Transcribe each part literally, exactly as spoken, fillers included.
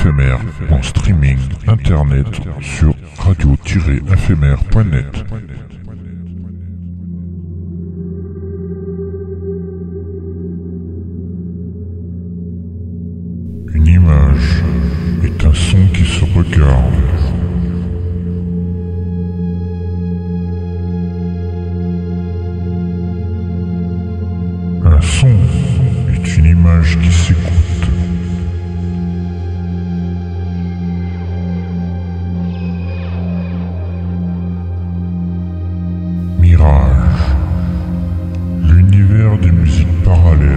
éphémère en streaming internet sur radio tiret éphémère point net. Une image est un son qui se regarde. Un son est une image qui s'écoute. Mirage, l'univers des musiques parallèles.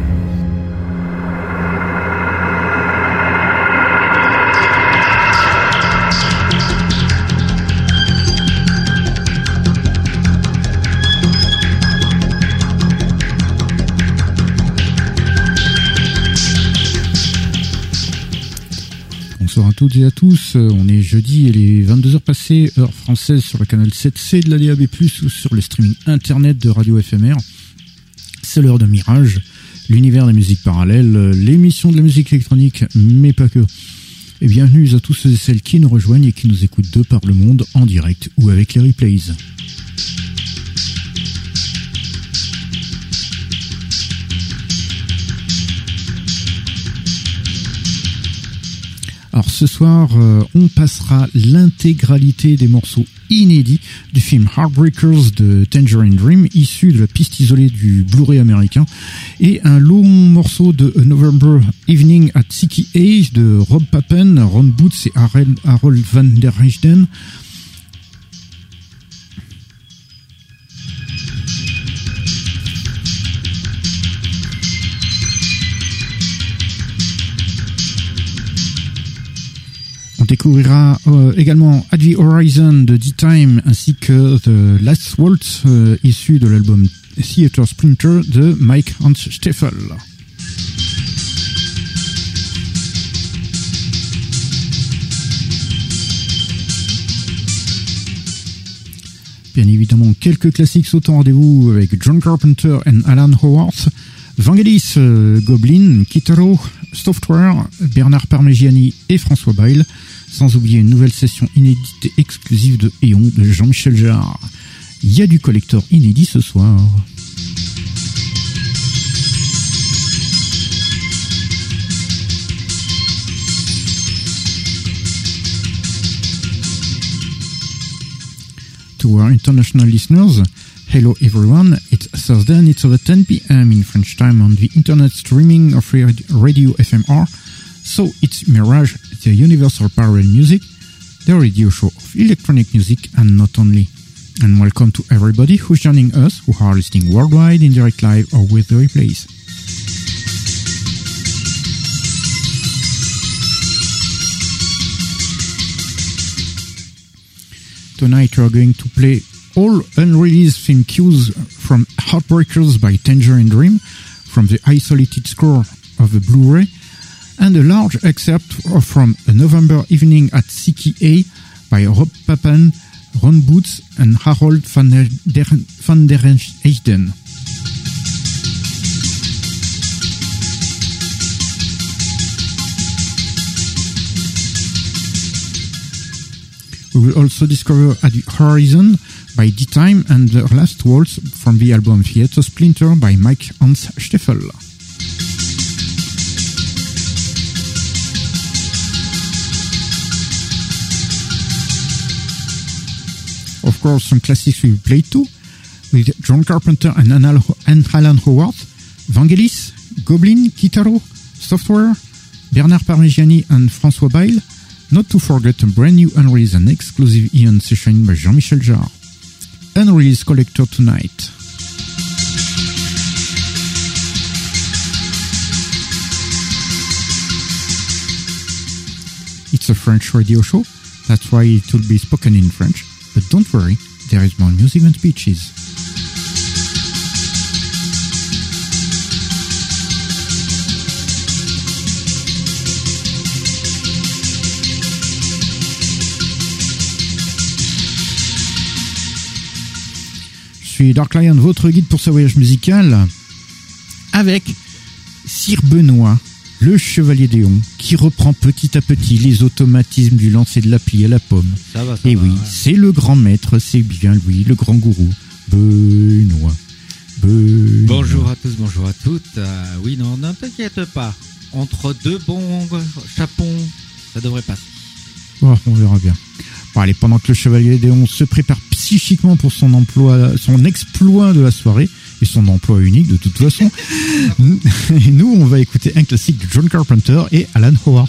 Bonsoir à toutes et à tous, on est jeudi et les vingt-deux heures passées, heure française sur le canal sept C de la D A B plus, ou sur le streaming internet de Radio F M R. C'est l'heure de Mirage, l'univers des musiques parallèles, l'émission de la musique électronique, mais pas que. Et bienvenue à tous ceux et celles qui nous rejoignent et qui nous écoutent de par le monde, en direct ou avec les replays. Alors ce soir, euh, on passera l'intégralité des morceaux inédits du film Heartbreakers de Tangerine Dream, issu de la piste isolée du Blu-ray américain, et un long morceau de A November Evening at Siki Age de Rob Papen, Ron Boots et Harold van der Heijden. On découvrira euh, également At the Horizon de D-Time ainsi que The Last Waltz euh, issu de l'album Theater Splinter de Mike Hans Steffel. Bien évidemment, quelques classiques sautent en rendez-vous avec John Carpenter et Alan Howarth, Vangelis, euh, Goblin, Kitaro, Software, Bernard Parmigiani et François Bayle, sans oublier une nouvelle session inédite et exclusive de Eon de Jean-Michel Jarre. Il y a du collector inédit ce soir. To our international listeners, hello everyone, it's Thursday and it's over ten p.m. in French time on the internet streaming of Radio F M R. So it's Mirage, the universal parallel music, the radio show of electronic music and not only. And welcome to everybody who's joining us, who are listening worldwide in direct live or with the replays. Tonight we are going to play all unreleased film cues from Heartbreakers by Tangerine Dream, from the isolated score of the Blu-ray, and a large excerpt from A November Evening at Siki A by Rob Papen, Ron Boots and Harold van der, van der Heijden. We will also discover At the Horizon by D-Time and The Last Waltz from the album Theater Splinter by Mike Hans Steffel. Of course, some classics we will play too, with John Carpenter and Alan Howarth, Vangelis, Goblin, Kitaro, Software, Bernard Parmigiani and François Bayle, not to forget a brand new unreleased and exclusive Eon session by Jean-Michel Jarre. Unreleased collector tonight. It's a French radio show, that's why it will be spoken in French, but don't worry, there is more music than speeches. Je suis Dark Lion, votre guide pour ce voyage musical, avec Sir Benoît, le Chevalier d'Éon, qui reprend petit à petit les automatismes du lancer de la plie à la pomme. Ça va, ça Et va, oui, ouais. c'est le grand maître, c'est bien lui, le grand gourou, Benoît. Benoît. Bonjour à tous, bonjour à toutes. Euh, oui, non, ne t'inquiète pas. Entre deux bons chapons, ça devrait passer. Oh, on verra bien. Bon, allez, pendant que le Chevalier d'Éon se prépare psychiquement pour son emploi, son exploit de la soirée, et son emploi unique de toute façon, et nous, on va écouter un classique de John Carpenter et Alan Howard.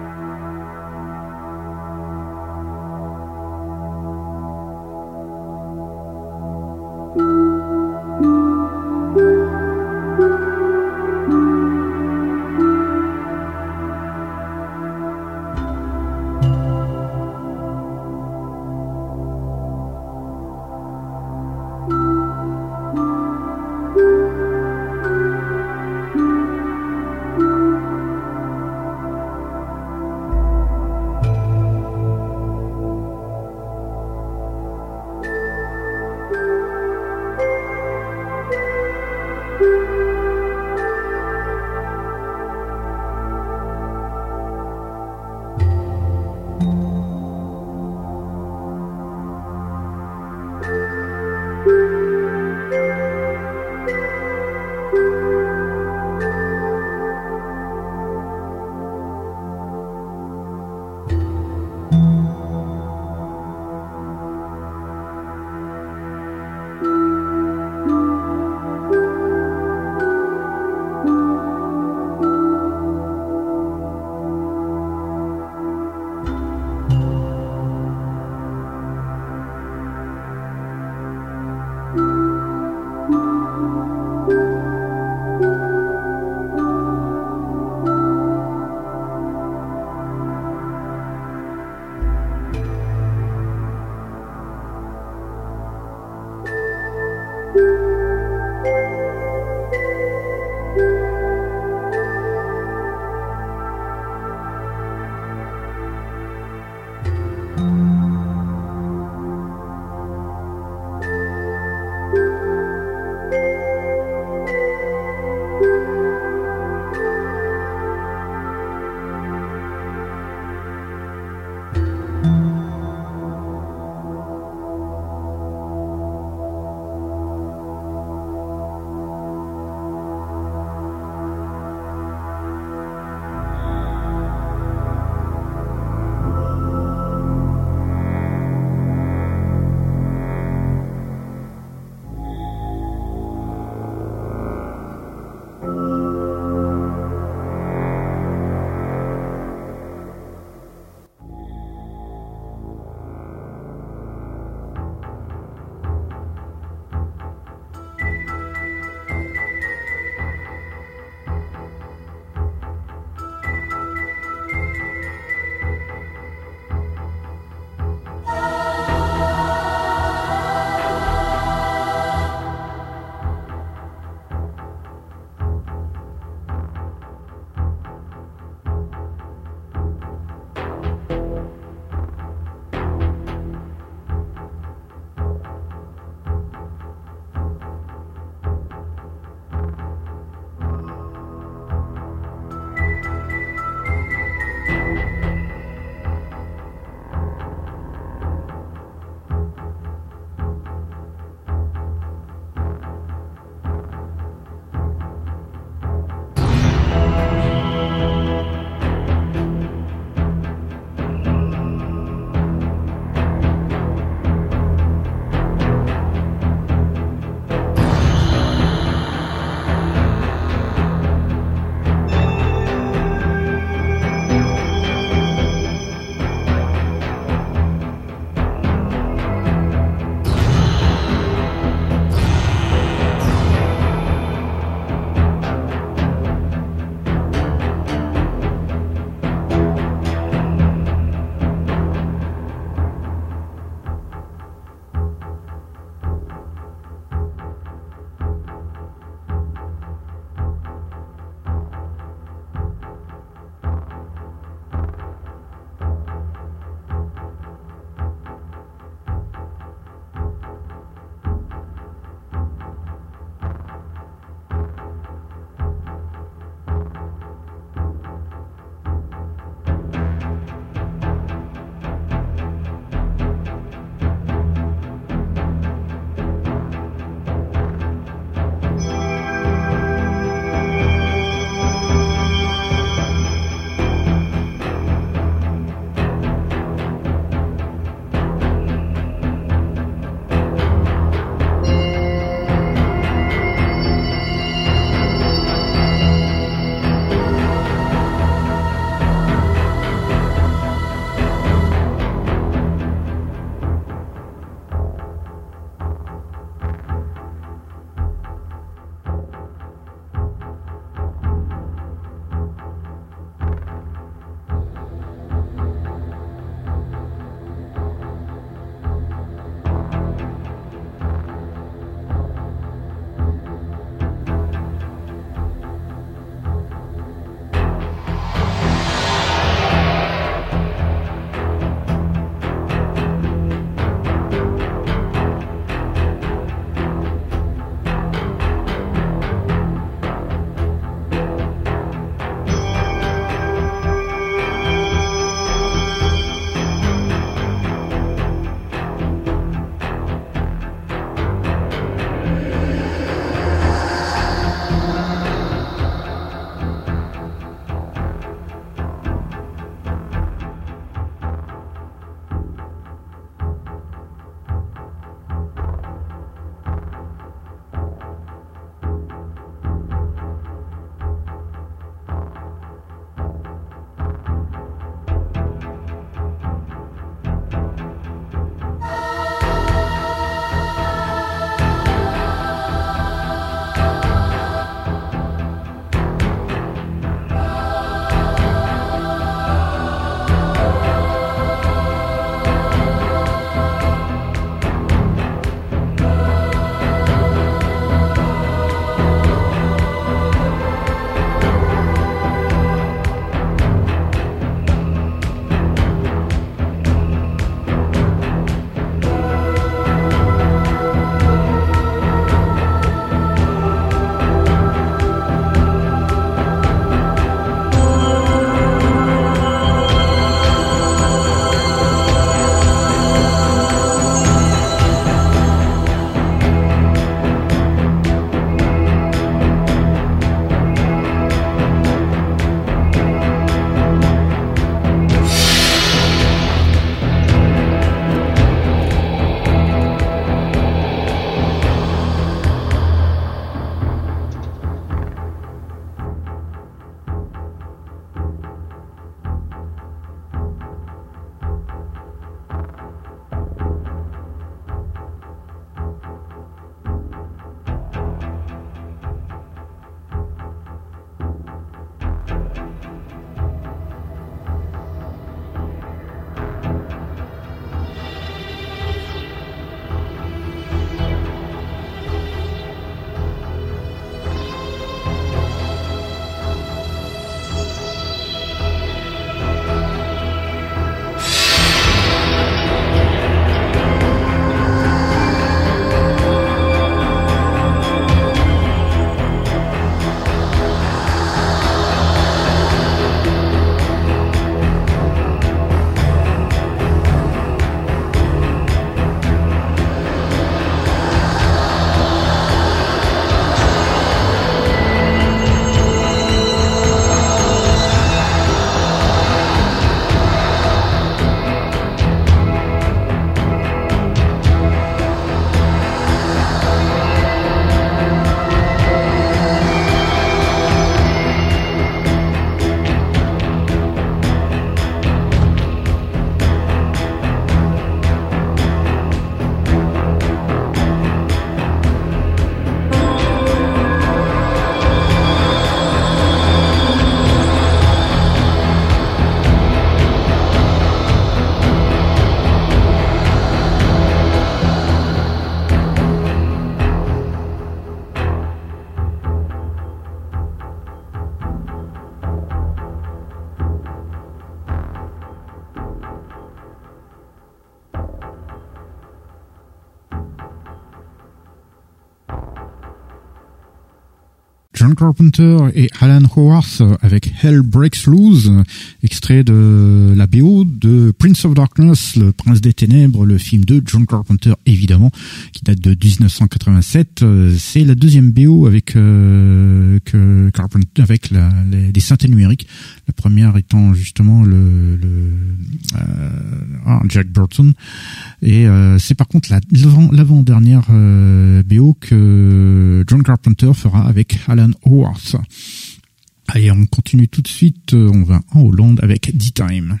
John Carpenter et Alan Howarth avec Hell Breaks Loose, extrait de la B O de Prince of Darkness, le Prince des Ténèbres, le film de John Carpenter évidemment, qui date de dix-neuf cent quatre-vingt-sept. C'est la deuxième B O avec euh, que Carpenter avec la, les, les synthés numériques. La première étant justement le, le euh, ah, Jack Burton, et euh, c'est par contre la, l'avant, l'avant-dernière euh, B O que John Carpenter fera avec Alan Howarth. Allez, on continue tout de suite, on va en Hollande avec D-Time.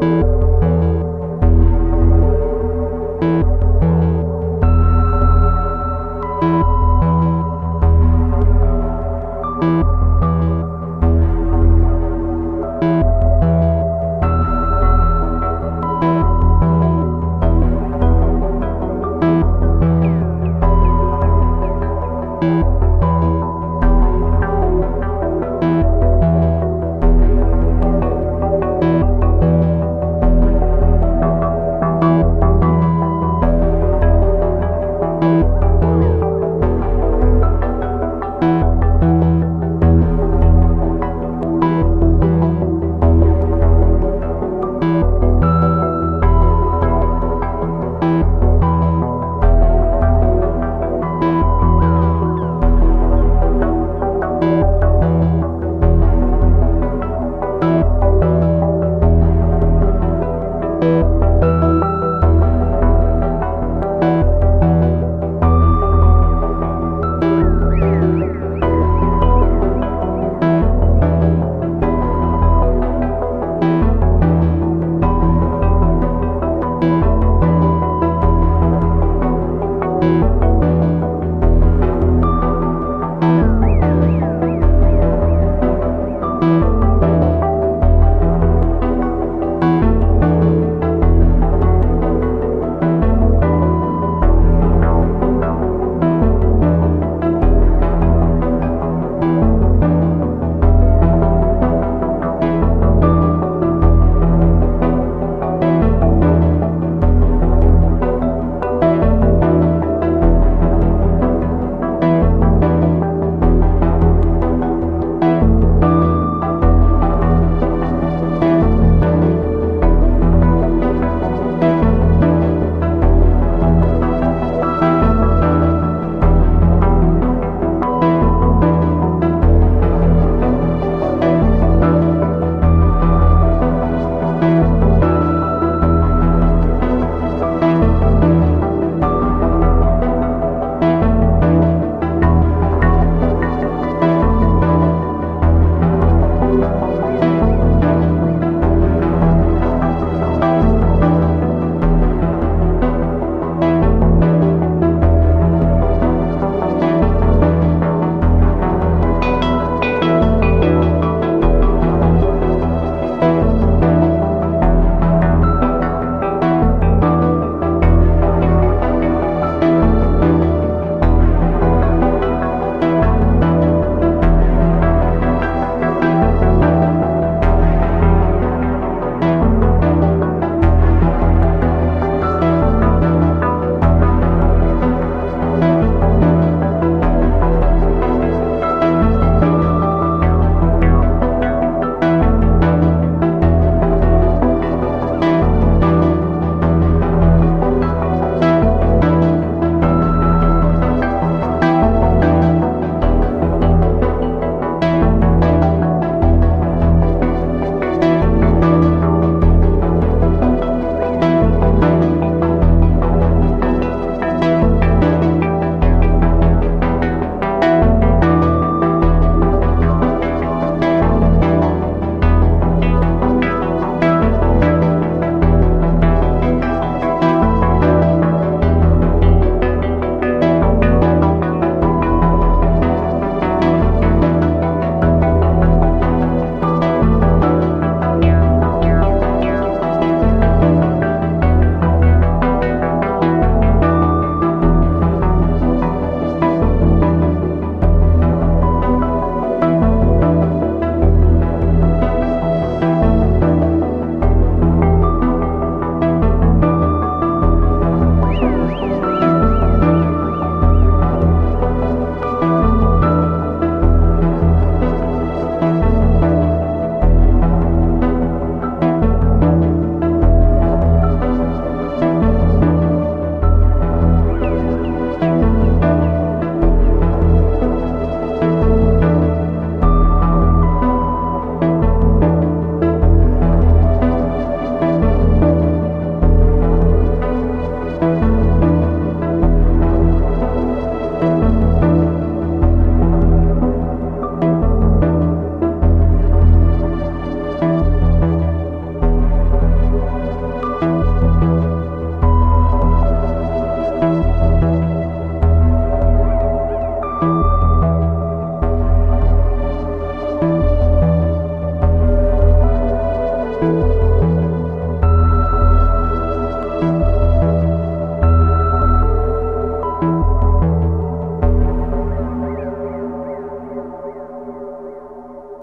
Thank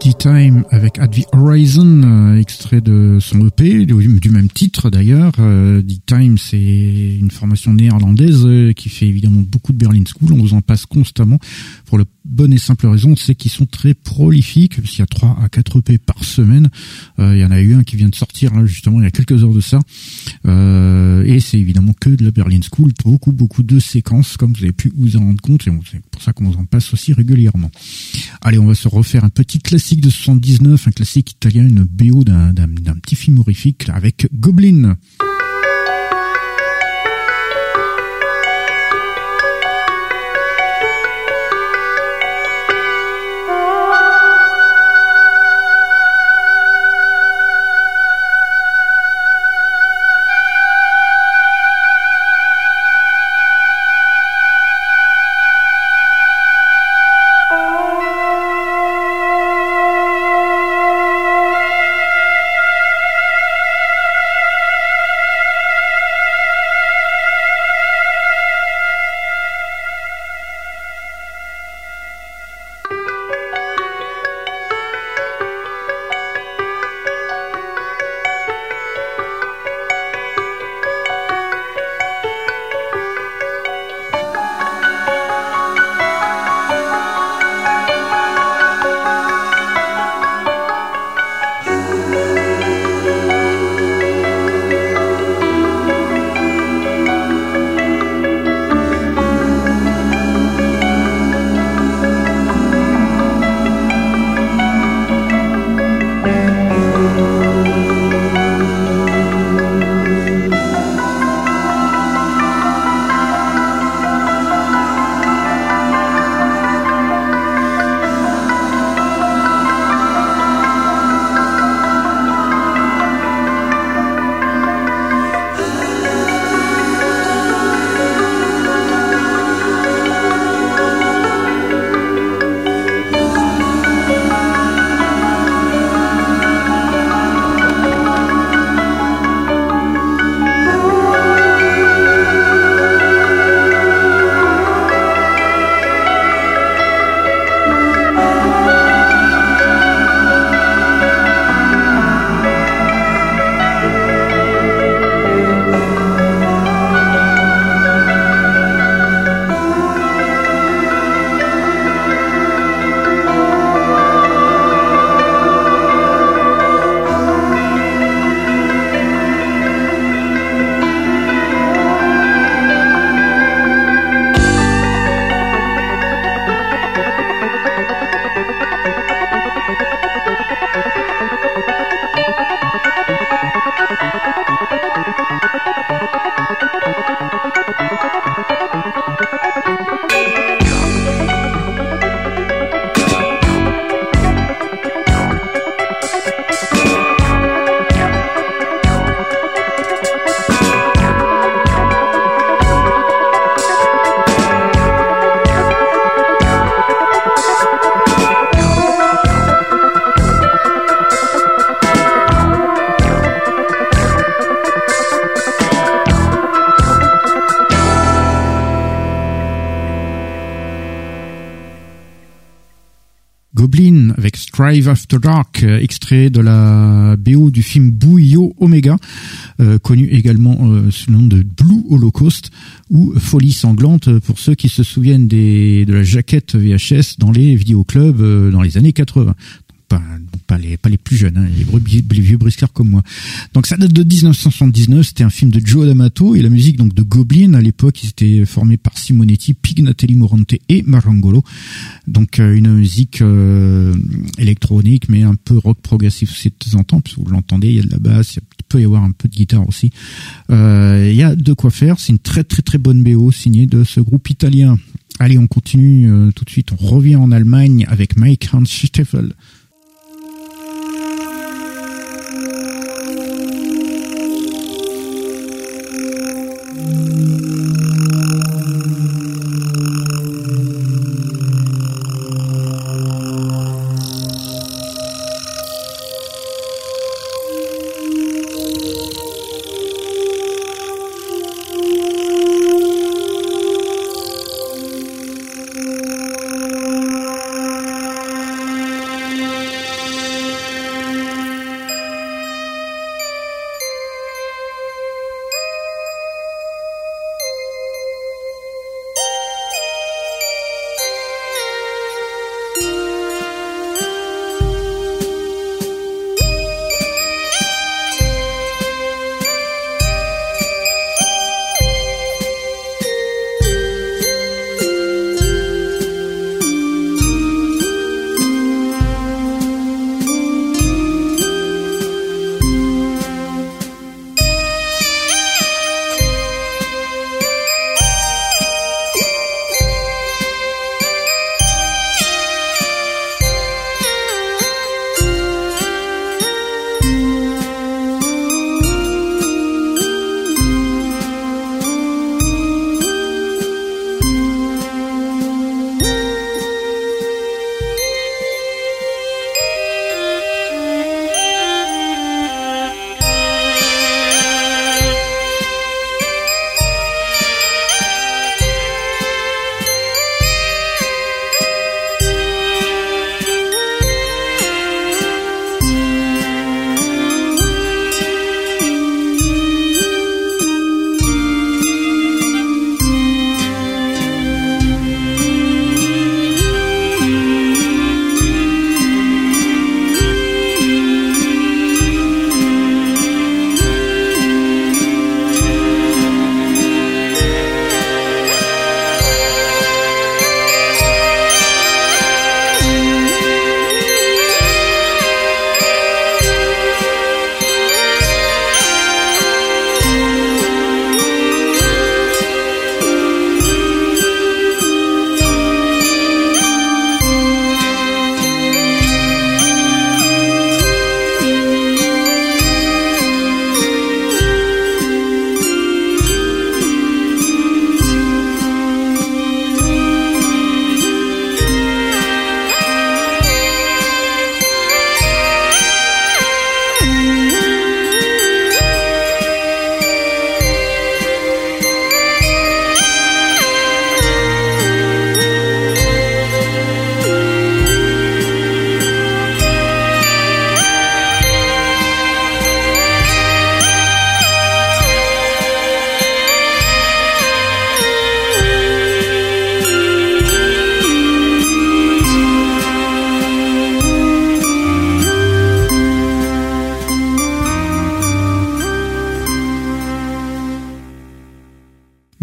D-Time avec At the Horizon, euh, extrait de son E P, du, du même titre d'ailleurs. Euh, D-Time, c'est une formation néerlandaise euh, qui fait évidemment beaucoup de Berlin School. On vous en passe constamment pour la bonne et simple raison, c'est qu'ils sont très prolifiques, parce qu'il y a trois à quatre E P par semaine. Euh, il y en a eu un qui vient de sortir là, justement il y a quelques heures de ça. Euh, et c'est évidemment que de la Berlin School, beaucoup beaucoup de séquences, comme vous avez pu vous en rendre compte, et c'est pour ça qu'on vous en passe aussi régulièrement. Allez, on va se refaire un petit classique de soixante-dix-neuf, un classique italien, une B O d'un, d'un, d'un petit film horrifique avec Goblin. Goblin avec Strive After Dark, euh, extrait de la B O du film Bouyo Omega, euh, connu également euh, sous le nom de Blue Holocaust, ou Folie sanglante pour ceux qui se souviennent des, de la jaquette V H S dans les vidéoclubs euh, dans les années quatre-vingts. Pas, pas les pas les plus jeunes, hein, les, brebis, les vieux briscards comme moi. Donc ça date de dix-neuf cent soixante-dix-neuf, c'était un film de Joe D'Amato, et la musique donc de Goblin. À l'époque, ils étaient formés par Simonetti, Pignatelli Morante et Marangolo. Donc euh, une musique euh, électronique, mais un peu rock progressif aussi de temps en temps, puisque vous l'entendez, il y a de la basse, il peut y avoir un peu de guitare aussi. Euh, il y a de quoi faire, c'est une très très très bonne B O signée de ce groupe italien. Allez, on continue euh, tout de suite, on revient en Allemagne avec Mike Hans Stiefel. Thank you.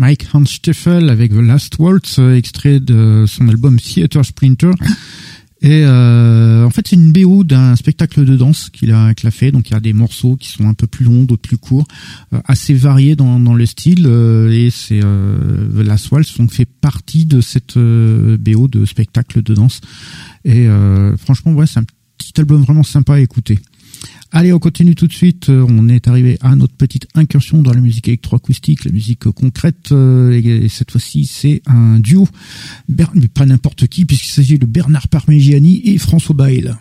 Mike Hans Steffel avec The Last Waltz, extrait de son album Theater Splinter. Et euh, en fait, c'est une B O d'un spectacle de danse qu'il a, qu'il a fait. Donc, il y a des morceaux qui sont un peu plus longs, d'autres plus courts, euh, assez variés dans, dans le style. Euh, et c'est euh, The Last Waltz donc fait partie de cette euh, B O de spectacle de danse. Et euh, franchement, ouais, c'est un petit album vraiment sympa à écouter. Allez, on continue tout de suite. On est arrivé à notre petite incursion dans la musique électroacoustique, la musique concrète. Et cette fois-ci, c'est un duo, mais pas n'importe qui, puisqu'il s'agit de Bernard Parmigiani et François Bayle.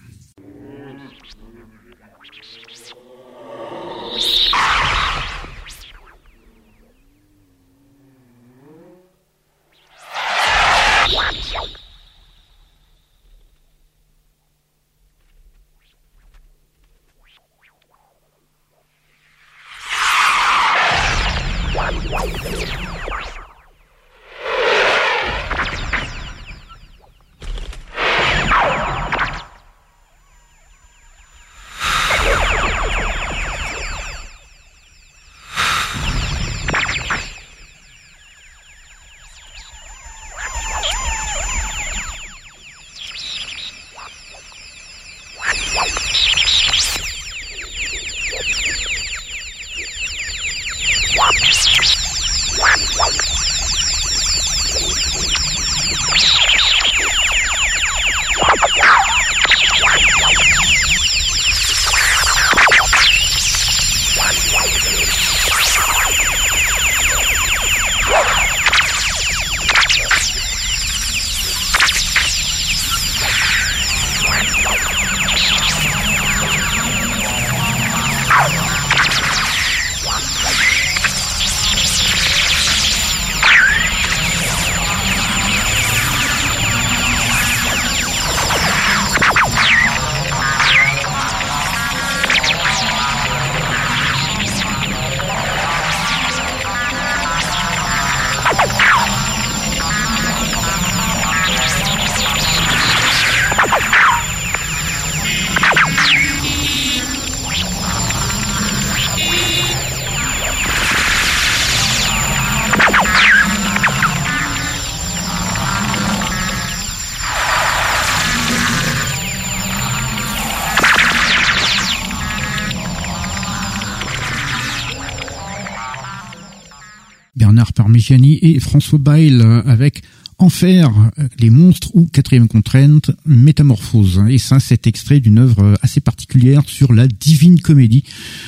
Bernard Parmigiani et François Bayle avec Enfer, les monstres ou quatrième contrainte, Métamorphose. Et ça, c'est extrait d'une œuvre assez particulière sur la Divine Comédie.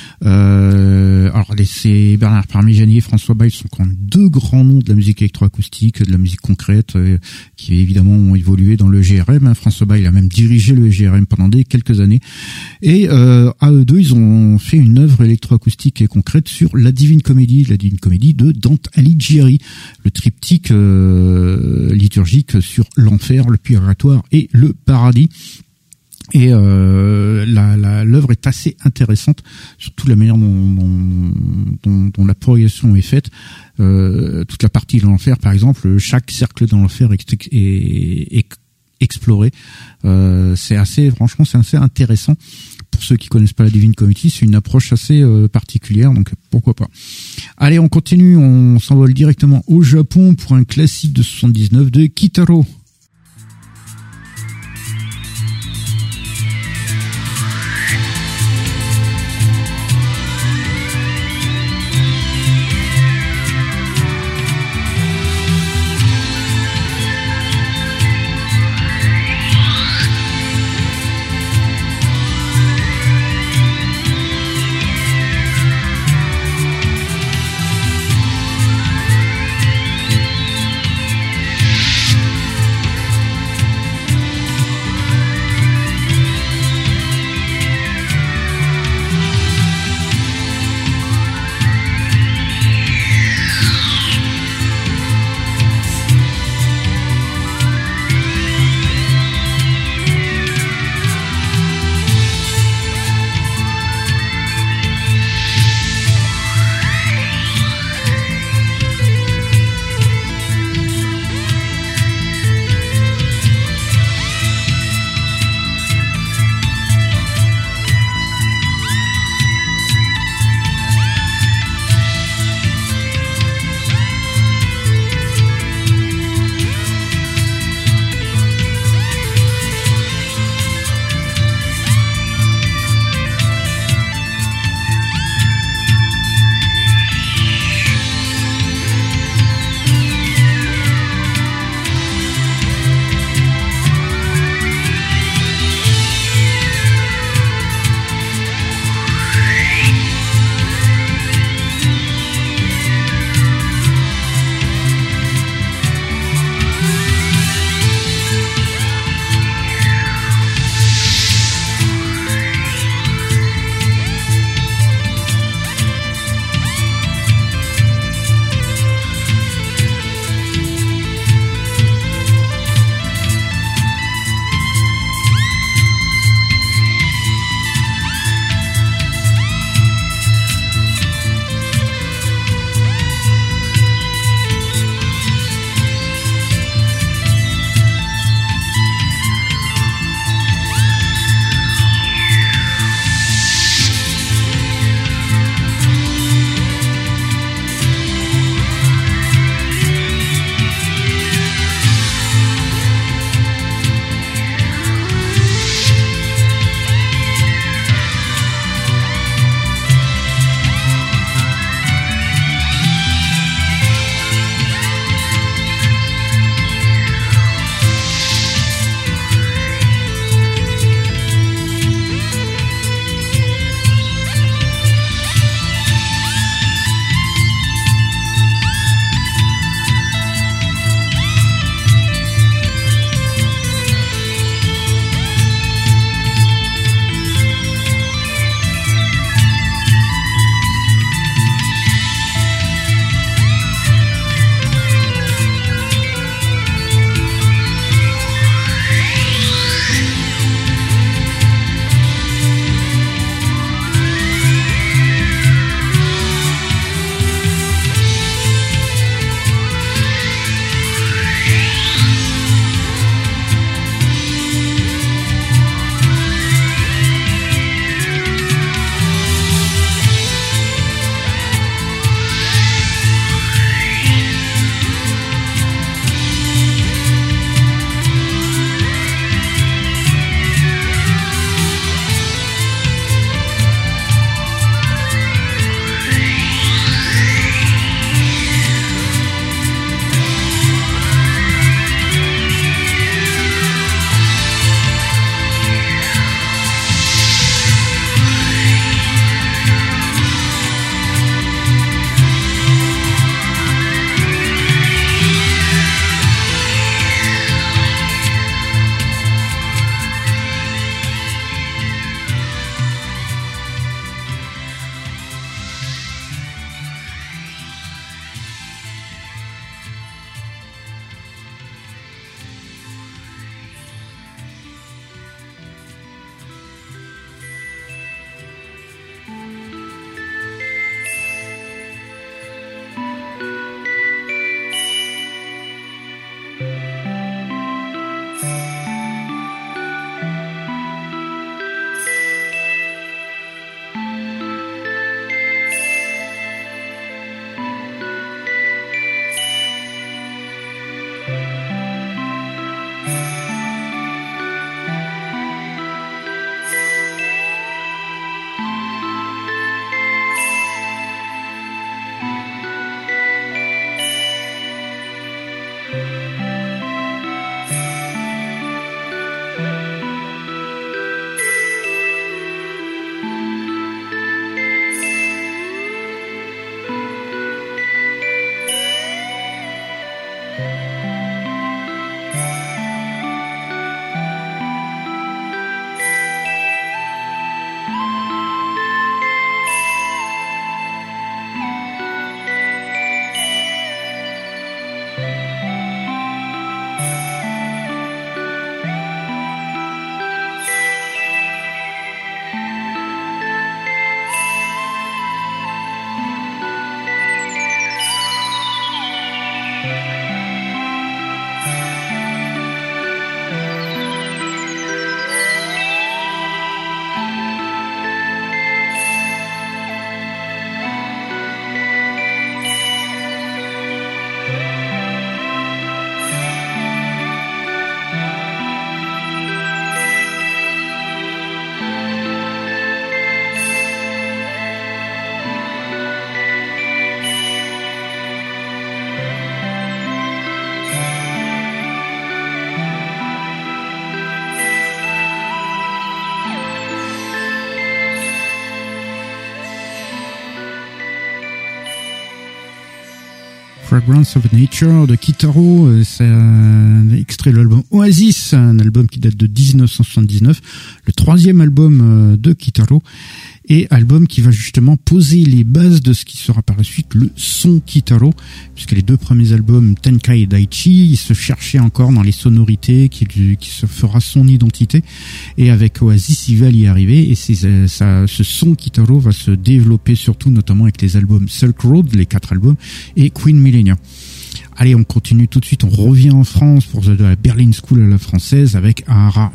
Euh, alors, c'est Bernard Parmigiani et François Bayle sont quand même deux grands noms de la musique électroacoustique, de la musique concrète, euh, qui évidemment ont évolué dans le G R M. Hein. François Bayle a même dirigé le G R M pendant des quelques années. Et euh, à eux deux, ils ont fait une œuvre électroacoustique et concrète sur la Divine Comédie, la Divine Comédie de Dante Alighieri, le triptyque euh, liturgique sur l'enfer, le purgatoire et le paradis. Et euh, la, la, l'œuvre est assez intéressante, surtout la manière dont, dont, dont, dont la progression est faite. Euh, toute la partie de l'enfer, par exemple, chaque cercle dans l'enfer est, est, est exploré. Euh, c'est assez, franchement, c'est assez intéressant. Pour ceux qui connaissent pas la Divine Comédie, c'est une approche assez euh, particulière, donc pourquoi pas. Allez, on continue, on s'envole directement au Japon pour un classique de soixante-dix-neuf de Kitaro. Fragrance of Nature de Kitaro, euh, c'est un extrait de l'album Oasis, un album qui date de dix-neuf cent soixante-dix-neuf, le troisième album euh, de Kitaro, et album qui va justement poser les bases de ce qui sera par la suite le son Kitaro, puisque les deux premiers albums, Tenkai et Daichi, il se cherchait encore dans les sonorités, qui, qui se fera son identité, et avec Oasis, il va y arriver, et c'est, ça, ce son Kitaro va se développer surtout notamment avec les albums Silk Road, les quatre albums, et Queen Millennia. Allez, on continue tout de suite, on revient en France pour de la Berlin School à la française avec Ahara.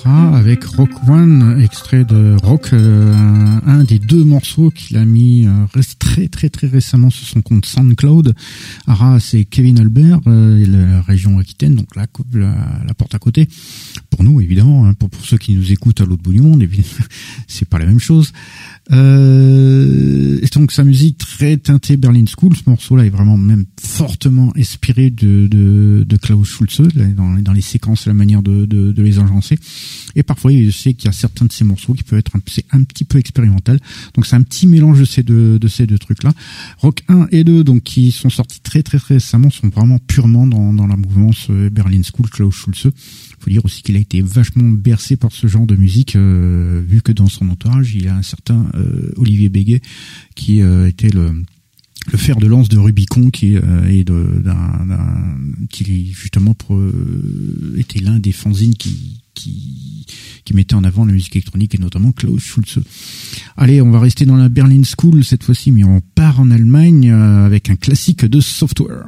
Ara avec Rock One, extrait de Rock, euh, un, un des deux morceaux qu'il a mis euh, très très très récemment sur son compte SoundCloud. Ara, c'est Kevin Albert, euh, la région Aquitaine, donc la, la, la porte à côté. Pour nous, évidemment, hein, pour, pour ceux qui nous écoutent à l'autre bout du monde, et puis, c'est pas la même chose. Euh, et donc sa musique très teintée Berlin School, ce morceau-là est vraiment même fortement inspiré de, de, de Klaus Schulze dans, dans les séquences, la manière de, de, de les agencer. Et parfois, je sais qu'il y a certains de ces morceaux qui peuvent être un, c'est un petit peu expérimental. Donc c'est un petit mélange de ces deux, de ces deux trucs-là. Rock un et deux, donc qui sont sortis très très très récemment, sont vraiment purement dans, dans la mouvance Berlin School, Klaus Schulze. Faut dire aussi qu'il a été vachement bercé par ce genre de musique, euh, vu que dans son entourage, il y a un certain euh, Olivier Béguet qui euh, était le, le fer de lance de Rubicon, qui euh, est de, d'un, d'un, qui justement pour, euh, était l'un des fanzines qui qui qui mettait en avant la musique électronique et notamment Klaus Schulze. Allez, on va rester dans la Berlin School cette fois-ci, mais on part en Allemagne euh, avec un classique de Software.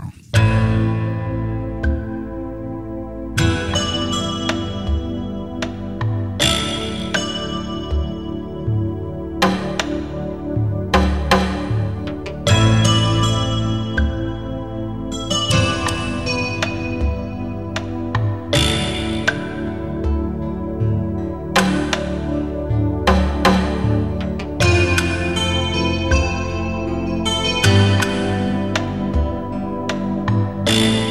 Thank you.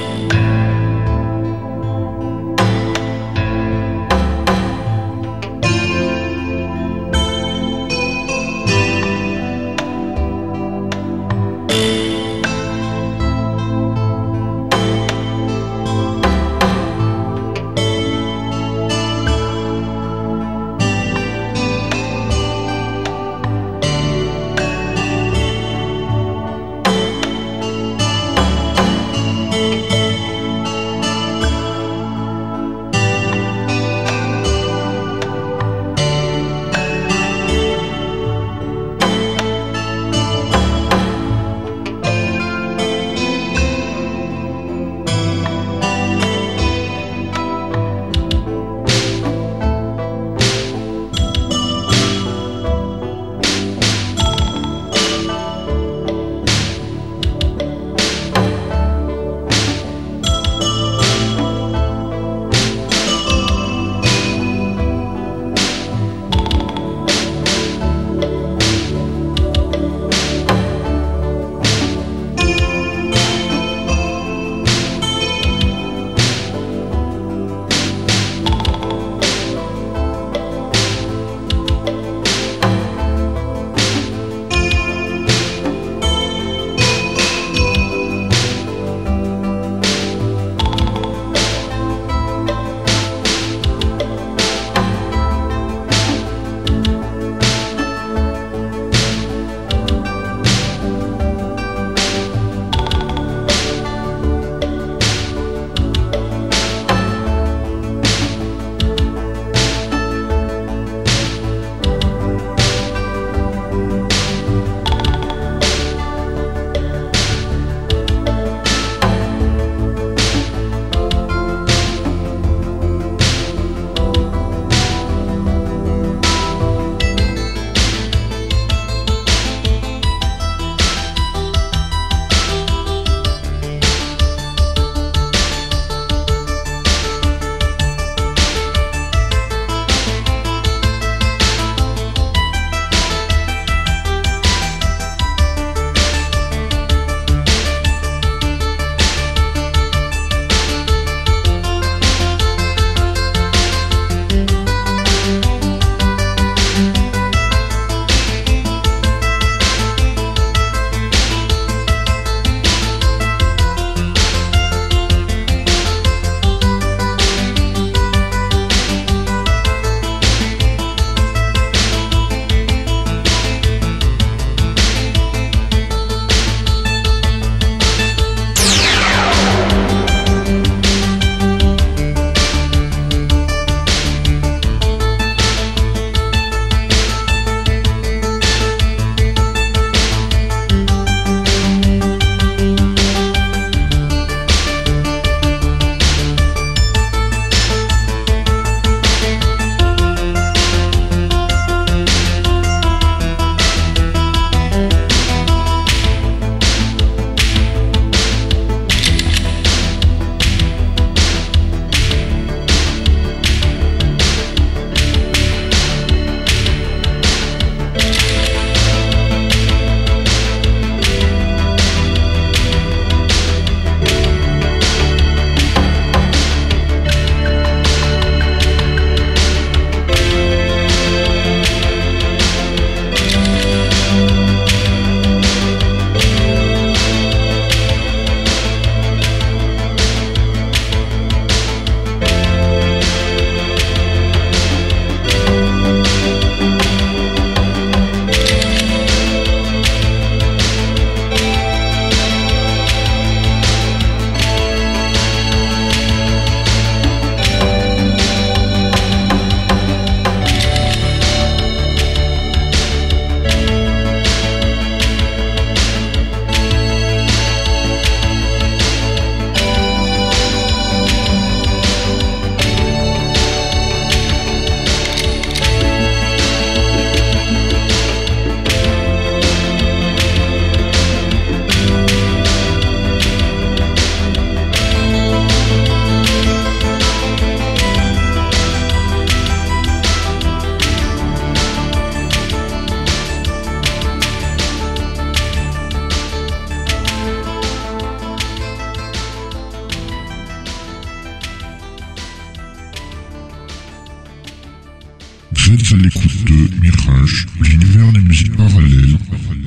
Vous êtes à l'écoute de Mirage, l'univers des musiques parallèles.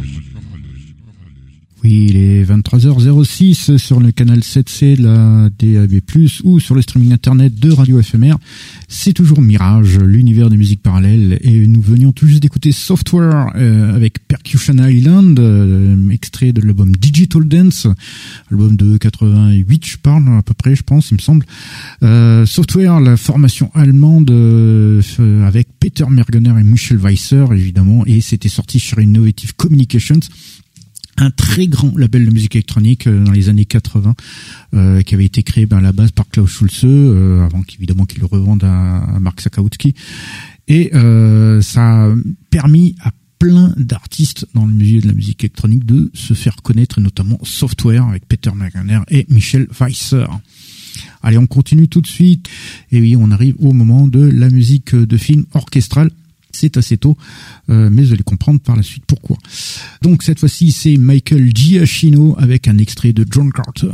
Oui, il est vingt-trois heures zéro six sur le canal sept C de la D A B plus, ou sur le streaming internet de Radio F M R. C'est toujours Mirage, l'univers des musiques parallèles, et nous venions tout juste d'écouter Software euh, avec Percussion Island, euh, extrait de l'album Digital Dance, album de quatre-vingt-huit, je parle à peu près, je pense, il me semble. Euh, Software, la formation allemande euh, avec Peter Mergener et Michel Weisser, évidemment, et c'était sorti sur Innovative Communications, un très grand label de musique électronique euh, dans les années quatre-vingts, euh, qui avait été créé ben, à la base par Klaus Schulze, euh, avant qu'évidemment qu'il le revende à, à Mark Sakowski. Et euh, ça a permis à plein d'artistes dans le milieu de la musique électronique de se faire connaître, notamment Software avec Peter Mergener et Michel Weisser. Allez, on continue tout de suite. Et oui, on arrive au moment de la musique de film orchestrale. C'est assez tôt, euh, mais vous allez comprendre par la suite pourquoi. Donc cette fois-ci, c'est Michael Giacchino avec un extrait de John Carter.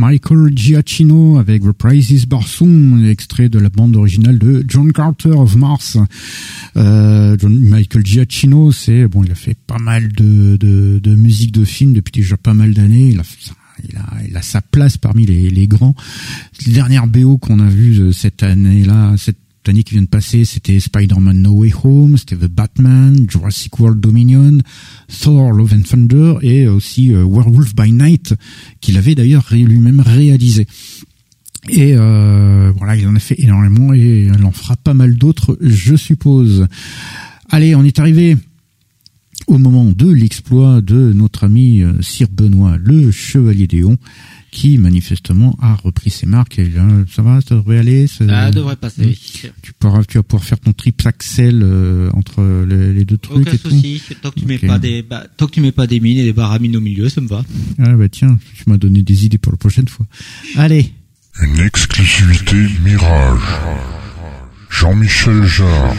Michael Giacchino avec Reprises Barsoom, extrait de la bande originale de John Carter of Mars. Euh, John, Michael Giacchino, c'est bon, il a fait pas mal de, de, de musique de film depuis déjà pas mal d'années. Il a, il a, il a sa place parmi les, les grands. Les dernières B O qu'on a vues cette année-là, cette année qui vient de passer, c'était Spider-Man No Way Home, c'était The Batman, Jurassic World Dominion, Thor Love and Thunder et aussi uh, Werewolf by Night, qu'il avait d'ailleurs ré- lui-même réalisé. Et euh, voilà, il en a fait énormément et il en fera pas mal d'autres, je suppose. Allez, on est arrivé au moment de l'exploit de notre ami euh, Sir Benoît, le Chevalier d'Éon, qui manifestement a repris ses marques. Et là, ça va, ça devrait aller. Ça ah, devrait passer. Oui. Tu pourras, tu vas pouvoir faire ton triple axel euh, entre les, les deux trucs. Aucun et souci. tout. Tant que tu okay. mets pas des, bah, tant que tu mets pas des mines et des baramines au milieu, ça me va. Ah bah tiens, tu m'as donné des idées pour la prochaine fois. Allez. Une exclusivité Mirage. Jean-Michel Jarre.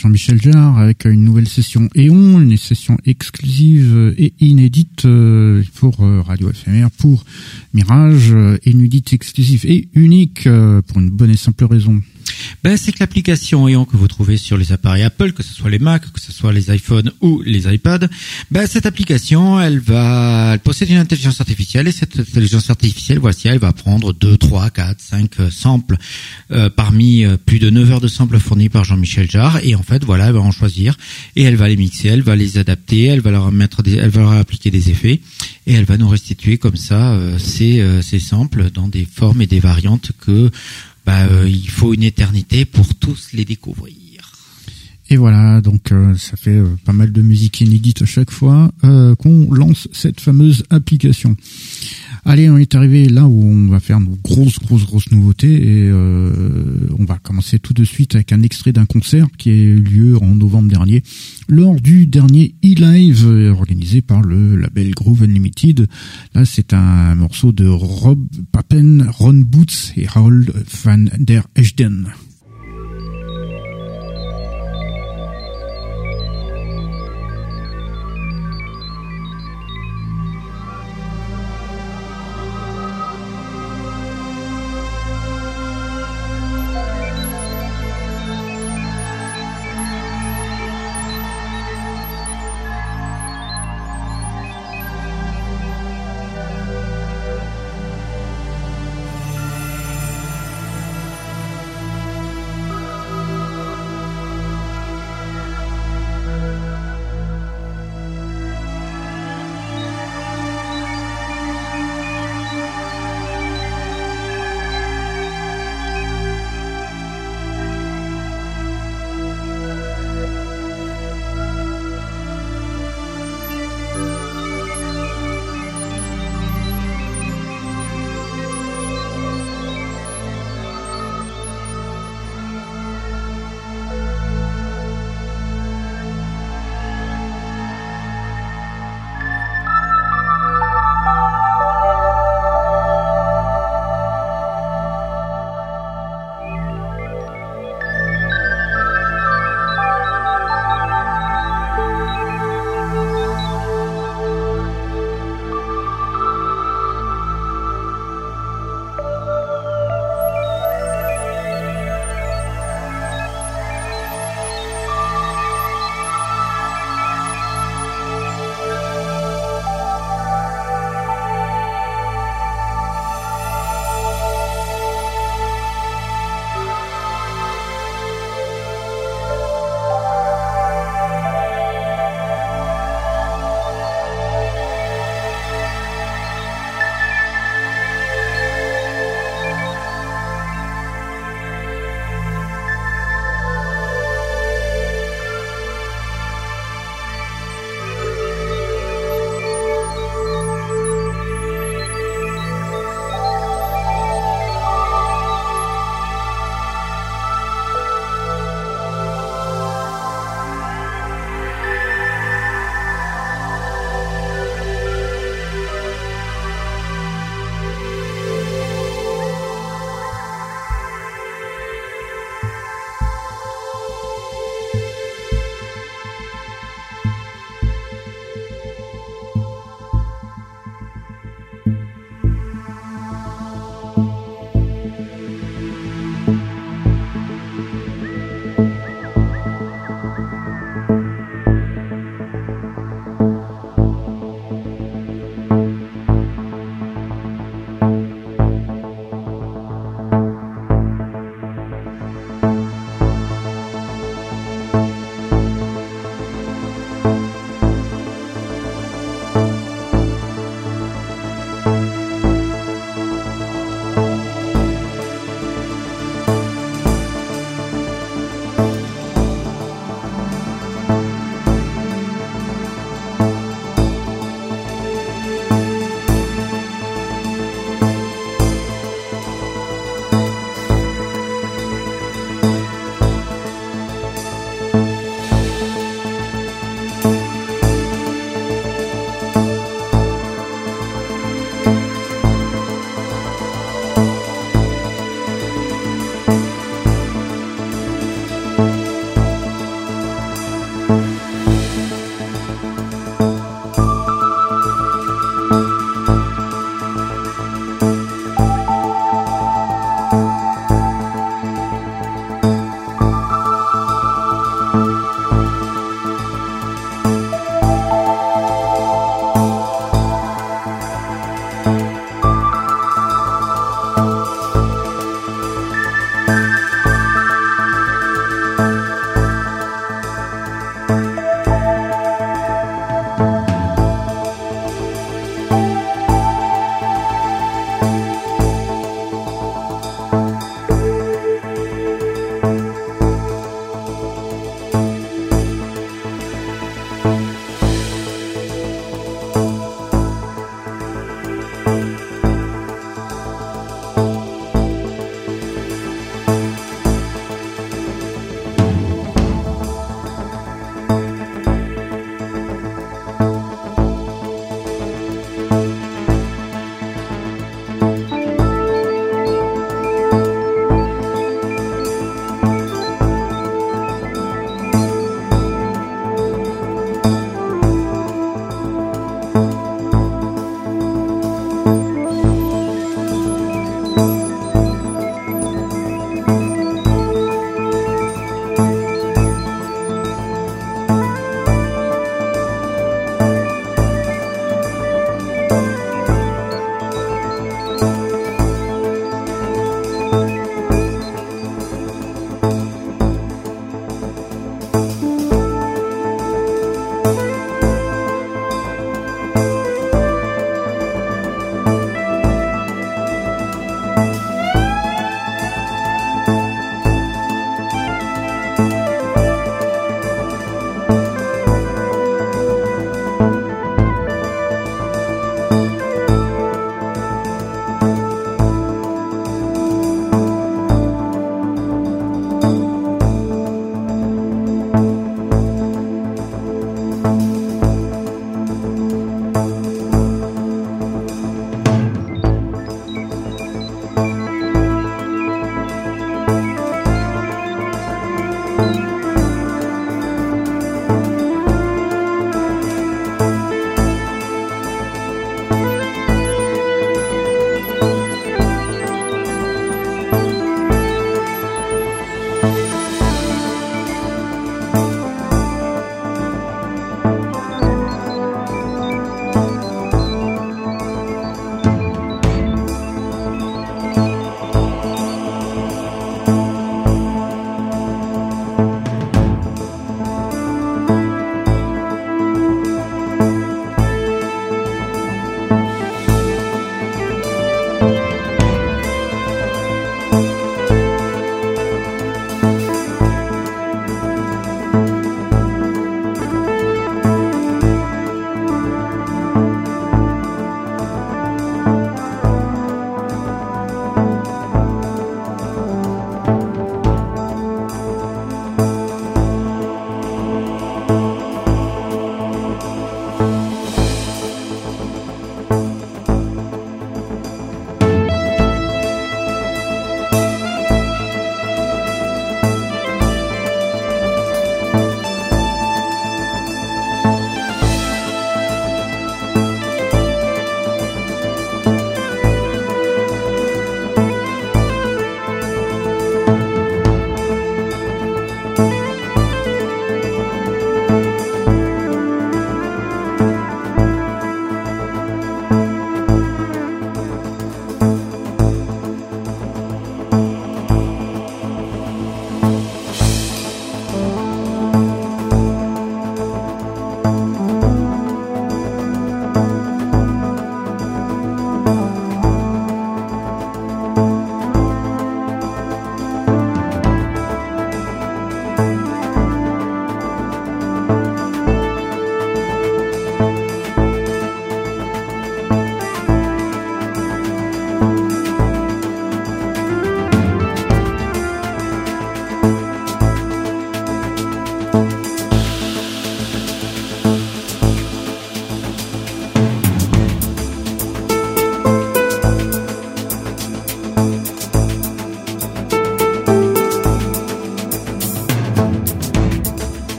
Jean-Michel Jarre avec une nouvelle session Éon, une session exclusive et inédite pour Radio F M R, pour Mirage, inédite, exclusive et unique pour une bonne et simple raison. Ben, c'est que l'application Éon que vous trouvez sur les appareils Apple, que ce soit les Mac, que ce soit les iPhones ou les iPads, ben, cette application, elle va, elle possède une intelligence artificielle, et cette intelligence artificielle, voici, elle va prendre deux, trois, quatre, cinq samples, euh, parmi euh, plus de neuf heures de samples fournis par Jean-Michel Jarre, et en fait, voilà, elle va en choisir, et elle va les mixer, elle va les adapter, elle va leur mettre des, elle va leur appliquer des effets, et elle va nous restituer comme ça, euh, ces, euh, ces samples dans des formes et des variantes que, bah, euh, il faut une éternité pour tous les découvrir. Et voilà, donc euh, ça fait euh, pas mal de musique inédite à chaque fois euh, qu'on lance cette fameuse application. Allez, on est arrivé là où on va faire nos grosses, grosses, grosses nouveautés, et euh, on va commencer tout de suite avec un extrait d'un concert qui a eu lieu en novembre dernier, lors du dernier E-Live organisé par le label Groove Unlimited. Là, c'est un morceau de Rob Papen, Ron Boots et Harold van der Eshden.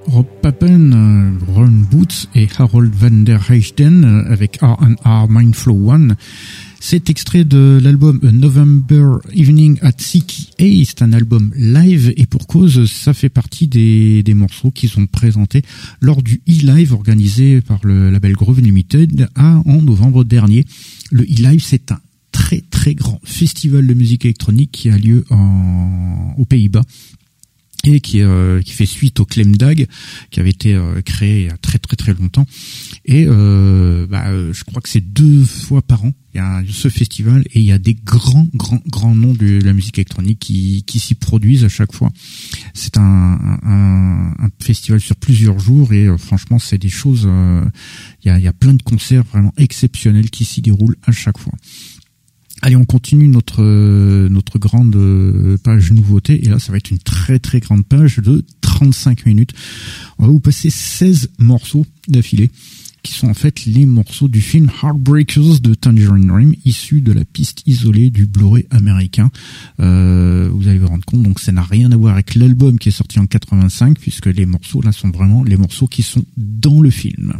Rob Papen, euh, Ron Boots et Harold van der Heijden euh, avec R and R Mindflow One. C'est extrait de l'album A November Evening at C K A. C'est un album live et pour cause, ça fait partie des, des morceaux qui sont présentés lors du E-Live organisé par le label Groove Limited à, en novembre dernier. Le E-Live, c'est un très très grand festival de musique électronique qui a lieu en, aux Pays-Bas et qui, euh, qui fait suite au Klemdag qui avait été euh, créé il y a très très très longtemps. Et euh, bah, euh, je crois que c'est deux fois par an il y a ce festival et il y a des grands grands grands noms de la musique électronique qui, qui s'y produisent à chaque fois. C'est un, un, un festival sur plusieurs jours et euh, franchement c'est des choses. Euh, il y a, il y a plein de concerts vraiment exceptionnels qui s'y déroulent à chaque fois. Allez, on continue notre euh, notre grande euh, page nouveauté et là ça va être une très très grande page de trente-cinq minutes. On va vous passer seize morceaux d'affilée qui sont en fait les morceaux du film Heartbreakers de Tangerine Dream, issus de la piste isolée du Blu-ray américain. Euh, vous allez vous rendre compte, donc ça n'a rien à voir avec l'album qui est sorti en quatre-vingt-cinq puisque les morceaux là sont vraiment les morceaux qui sont dans le film.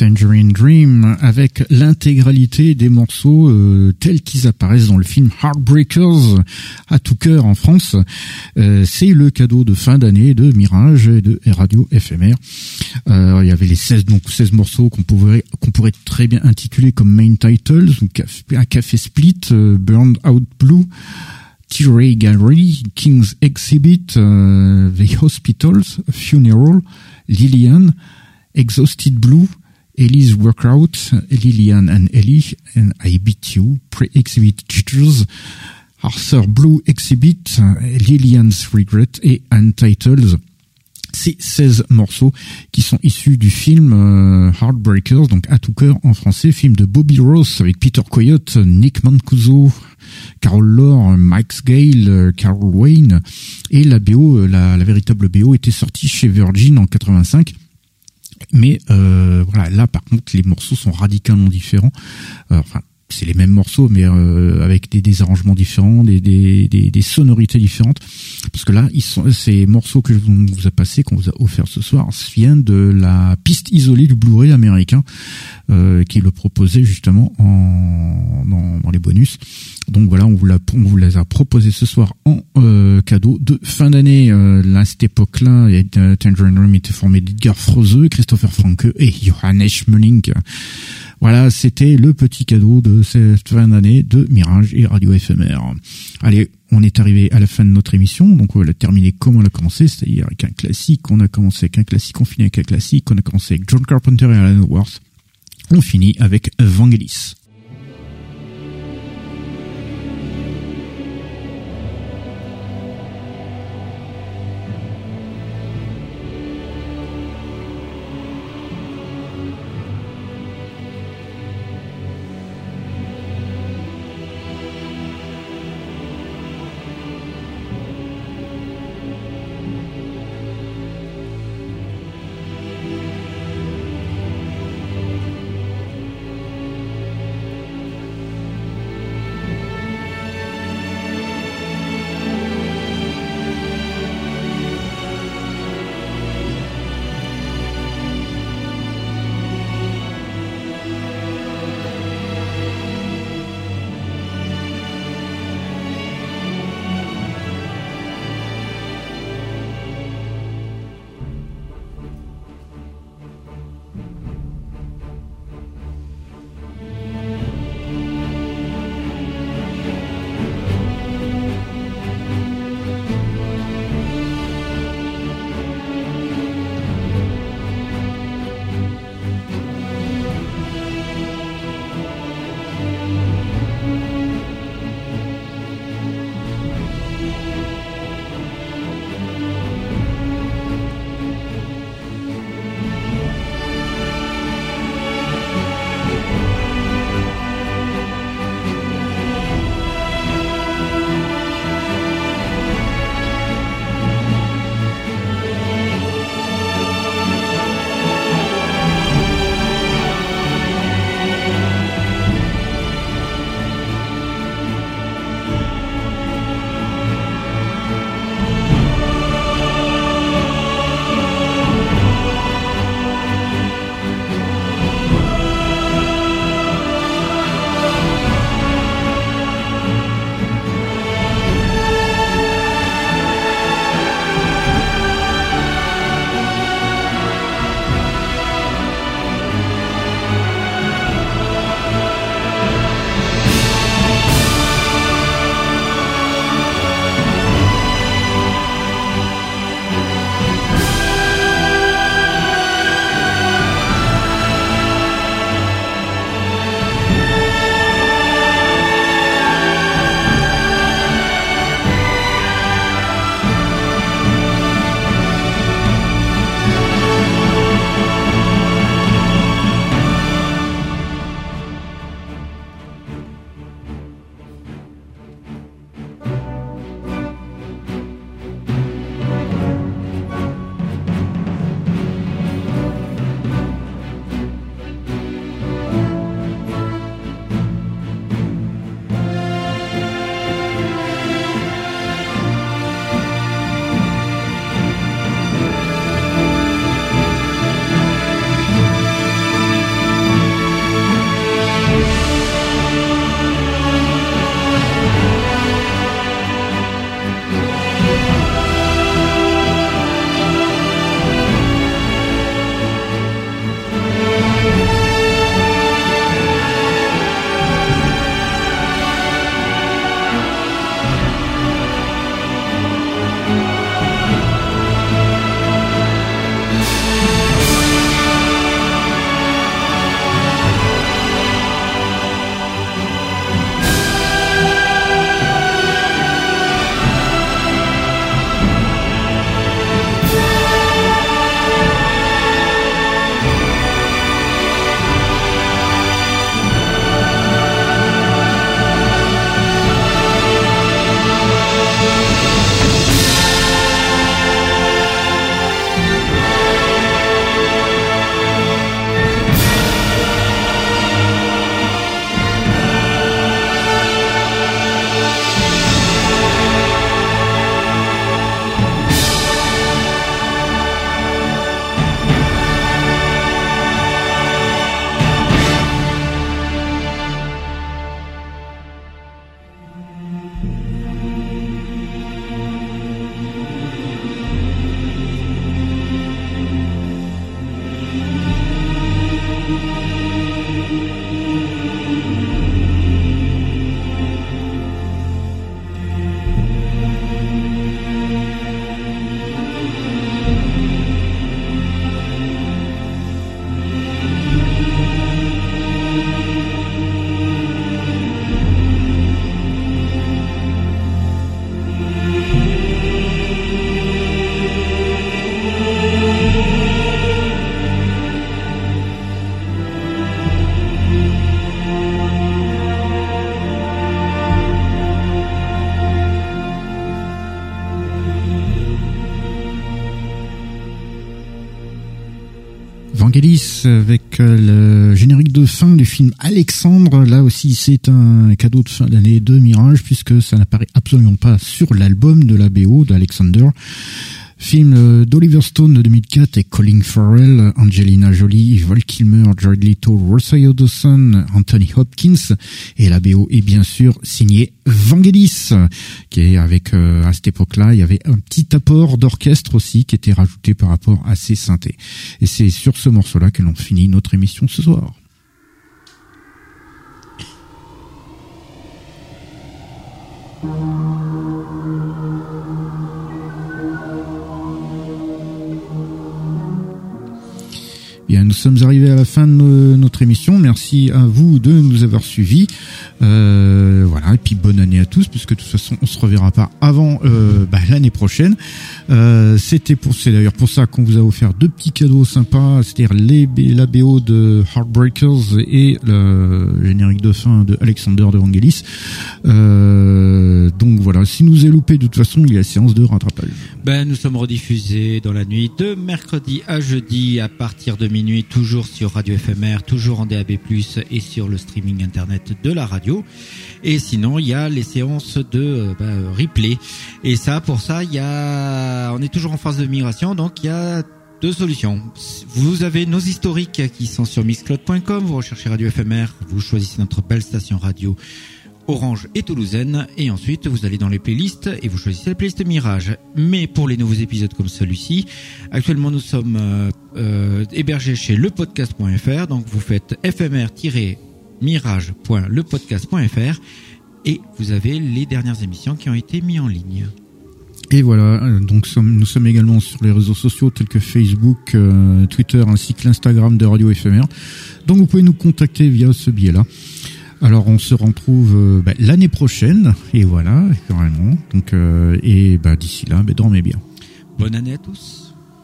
Tangerine Dream avec l'intégralité des morceaux euh, tels qu'ils apparaissent dans le film Heartbreakers à tout cœur en France. Euh, c'est le cadeau de fin d'année de Mirage et de Radio F M R. Euh, il y avait les seize, donc seize morceaux qu'on pourrait, qu'on pourrait très bien intituler comme main titles, ou un café split, euh, Burned Out Blue, T-Ray Gallery, King's Exhibit, uh, The Hospitals, Funeral, Lillian, Exhausted Blue, Ellie's Workout, Lillian and Ellie, and I Beat You, Pre-Exhibit Jitters, Arthur Blue Exhibit, Lillian's Regret et Untitled. Ces seize morceaux qui sont issus du film euh, Heartbreakers, donc à tout cœur en français, film de Bobby Ross avec Peter Coyote, Nick Mancuso, Carol Lore, Mike Gale, Carol Wayne, et la B O, la, la véritable B O était sortie chez Virgin en quatre-vingt-cinq. Mais euh, voilà, là par contre les morceaux sont radicalement différents. Euh, enfin, c'est les mêmes morceaux, mais euh, avec des, des arrangements différents, des, des, des, des sonorités différentes. Parce que là, ils sont, ces morceaux que je vous, vous a passé, qu'on vous a offert ce soir, viennent de la piste isolée du Blu-ray américain, euh, qui le proposait justement en, dans, dans les bonus. Donc voilà, on vous, l'a, on vous les a proposés ce soir en euh, cadeau de fin d'année. Euh, là, à cette époque-là, euh, Tangerine Dream était formé d'Edgar Froese, Christopher Franke et Johannes Schmeling. Voilà, c'était le petit cadeau de cette fin d'année de Mirage et Radio F M R. Allez, on est arrivé à la fin de notre émission, donc on va la terminer comme on l'a commencé, c'est-à-dire avec un classique. On a commencé avec un classique, on finit avec un classique. On a commencé avec John Carpenter et Alan Worth. On finit avec Vangelis. Vangelis avec le générique de fin du film Alexandre. Là aussi, c'est un cadeau de fin d'année de Mirage puisque ça n'apparaît absolument pas sur l'album de la B O d'Alexander. Film d'Oliver Stone de deux mille quatre et Colin Farrell, Angelina Jolie, Val Kilmer, Jared Leto, Rosario Dawson, Anthony Hopkins, et la B O est bien sûr signée Vangelis, qui est avec euh, à cette époque-là, il y avait un petit apport d'orchestre aussi qui était rajouté par rapport à ces synthés. Et c'est sur ce morceau-là que l'on finit notre émission ce soir. Bien, nous sommes arrivés à la fin de no- notre émission. Merci à vous de nous avoir suivis. Euh, voilà, et puis bonne année à tous, puisque de toute façon, on se reverra pas avant euh, bah, l'année prochaine. Euh, c'était pour, c'est d'ailleurs pour ça qu'on vous a offert deux petits cadeaux sympas, c'est-à-dire les la B O de Heartbreakers et le générique de fin de Alexander de Vangelis. Euh, donc voilà, si nous est loupé, de toute façon, il y a la séance de rattrapage. Ben, nous sommes rediffusés dans la nuit de mercredi à jeudi à partir de minuit, toujours sur Radio F M R, toujours en D A B plus, et sur le streaming internet de la radio. Et sinon, il y a les séances de bah, replay. Et ça, pour ça, il y a, on est toujours en phase de migration, donc il y a deux solutions. Vous avez nos historiques qui sont sur mixcloud point com, vous recherchez Radio F M R, vous choisissez notre belle station radio Orange et Toulousaine, et ensuite vous allez dans les playlists et vous choisissez la playlist Mirage. Mais pour les nouveaux épisodes comme celui-ci, actuellement nous sommes euh, euh, hébergés chez lepodcast point f r, donc vous faites f m r tiret mirage point lepodcast point f r et vous avez les dernières émissions qui ont été mises en ligne. Et voilà, donc nous sommes également sur les réseaux sociaux tels que Facebook, euh, Twitter ainsi que l'Instagram de Radio F M R. Donc vous pouvez nous contacter via ce biais-là. Alors on se retrouve euh, bah, l'année prochaine, et voilà, carrément. Donc euh, et bah d'ici là, bah, dormez bien. Bonne année à tous.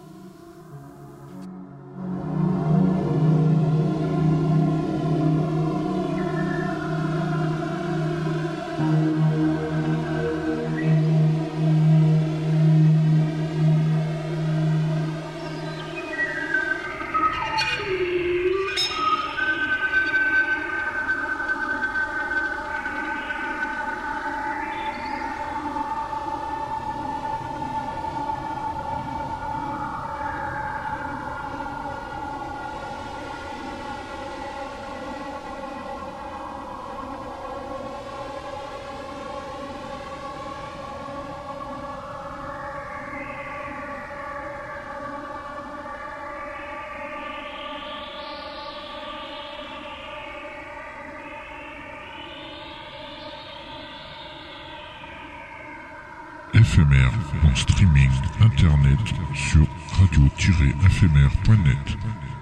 F M R en streaming internet sur radio tiret f m r point net.